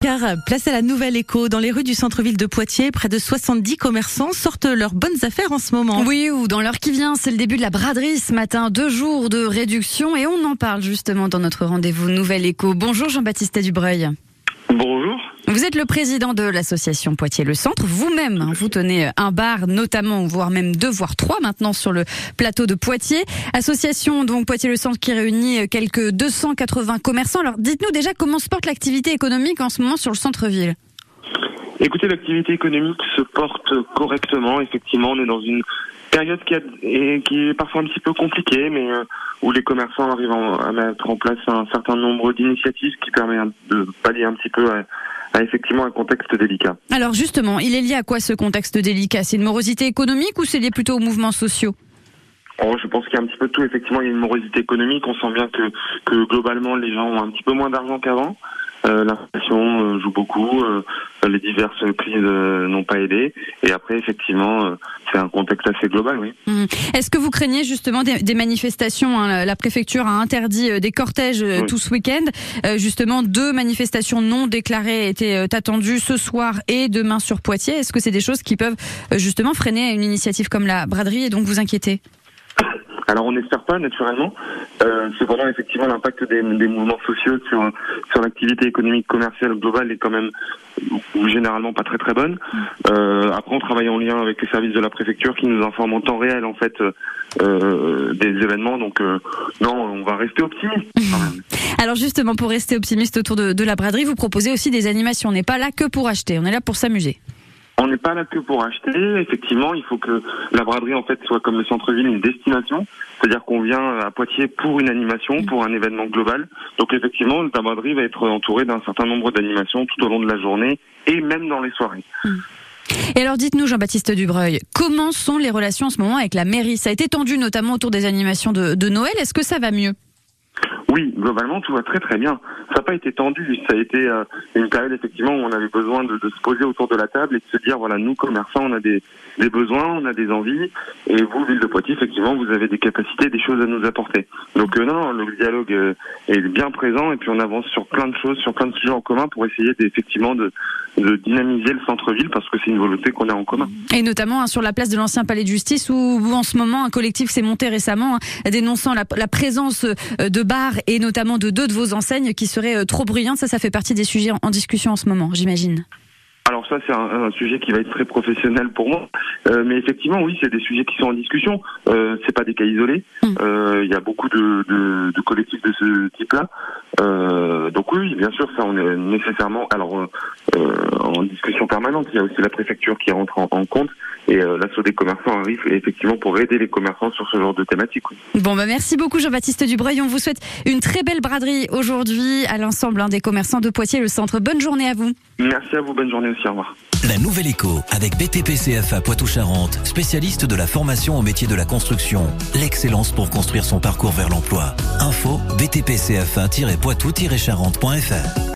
8h, place à la Nouvelle Écho. Dans les rues du centre-ville de Poitiers, près de 70 commerçants sortent leurs bonnes affaires en ce moment. Oui, ou dans l'heure qui vient, c'est le début de la braderie ce matin. 2 jours de réduction et on en parle justement dans notre rendez-vous Nouvelle Écho. Bonjour Jean-Baptiste Dubreuil. Bonjour. Vous êtes le président de l'association Poitiers Le Centre. Vous-même, vous tenez un bar, notamment, voire même 2, voire 3 maintenant sur le plateau de Poitiers. Association donc Poitiers Le Centre qui réunit quelques 280 commerçants. Alors dites-nous déjà comment se porte l'activité économique en ce moment sur le centre-ville. Écoutez, l'activité économique se porte correctement. Effectivement, on est dans une période qui est parfois un petit peu compliquée, mais où les commerçants arrivent à mettre en place un certain nombre d'initiatives qui permettent de pallier un petit peu à effectivement un contexte délicat. Alors justement, il est lié à quoi ce contexte délicat ? C'est une morosité économique ou c'est lié plutôt aux mouvements sociaux ? Je pense qu'il y a un petit peu de tout. Effectivement, il y a une morosité économique. On sent bien que globalement, les gens ont un petit peu moins d'argent qu'avant. L'inflation joue beaucoup, les diverses crises n'ont pas aidé, et après effectivement c'est un contexte assez global, oui. Est-ce que vous craignez justement des manifestations, La préfecture a interdit des cortèges tout ce week-end, justement 2 manifestations non déclarées étaient attendues ce soir et demain sur Poitiers. Est-ce que c'est des choses qui peuvent justement freiner une initiative comme la braderie et donc vous inquiéter ? Alors on n'espère pas, naturellement. Cependant, effectivement, l'impact des mouvements sociaux sur l'activité économique commerciale globale est quand même généralement pas très très bonne. Après, on travaille en lien avec les services de la préfecture qui nous informent en temps réel en fait des événements. Donc non, on va rester optimiste quand même. Alors justement, pour rester optimiste autour de la braderie, vous proposez aussi des animations. On n'est pas là que pour acheter, on est là pour s'amuser. On n'est pas là que pour acheter. Effectivement, il faut que la braderie en fait soit comme le centre-ville une destination. C'est-à-dire qu'on vient à Poitiers pour une animation, pour un événement global. Donc effectivement, la braderie va être entourée d'un certain nombre d'animations tout au long de la journée et même dans les soirées. Et alors dites-nous Jean-Baptiste Dubreuil, comment sont les relations en ce moment avec la mairie ? Ça a été tendu notamment autour des animations de Noël. Est-ce que ça va mieux ? Oui, globalement, tout va très très bien. Ça n'a pas été tendu. Ça a été une période effectivement où on avait besoin de se poser autour de la table et de se dire, voilà, nous commerçants, on a des besoins, on a des envies, et vous, ville de Poitiers, effectivement, vous avez des capacités, des choses à nous apporter. Donc non, le dialogue est bien présent et puis on avance sur plein de choses, sur plein de sujets en commun pour essayer effectivement de dynamiser le centre-ville parce que c'est une volonté qu'on a en commun. Et notamment sur la place de l'ancien palais de justice où en ce moment un collectif s'est monté récemment dénonçant la présence de bars et notamment de 2 de vos enseignes qui seraient trop bruyantes. Ça fait partie des sujets en discussion en ce moment, j'imagine. Alors ça, c'est un sujet qui va être très professionnel pour moi. Mais effectivement, oui, c'est des sujets qui sont en discussion. C'est pas des cas isolés. Il y a beaucoup de collectifs de ce type-là. Donc oui, bien sûr, ça, on est nécessairement en discussion permanente. Il y a aussi la préfecture qui rentre en compte. Et l'assaut des commerçants arrive effectivement pour aider les commerçants sur ce genre de thématique. Oui. Bon, merci beaucoup Jean-Baptiste Dubreuil. On vous souhaite une très belle braderie aujourd'hui à l'ensemble des commerçants de Poitiers, le centre. Bonne journée à vous. Merci à vous, bonne journée aussi, au revoir. La Nouvelle Écho avec BTP CFA Poitou-Charentes, spécialiste de la formation au métier de la construction. L'excellence pour construire son parcours vers l'emploi. Info btpcfa-poitou-charentes.fr.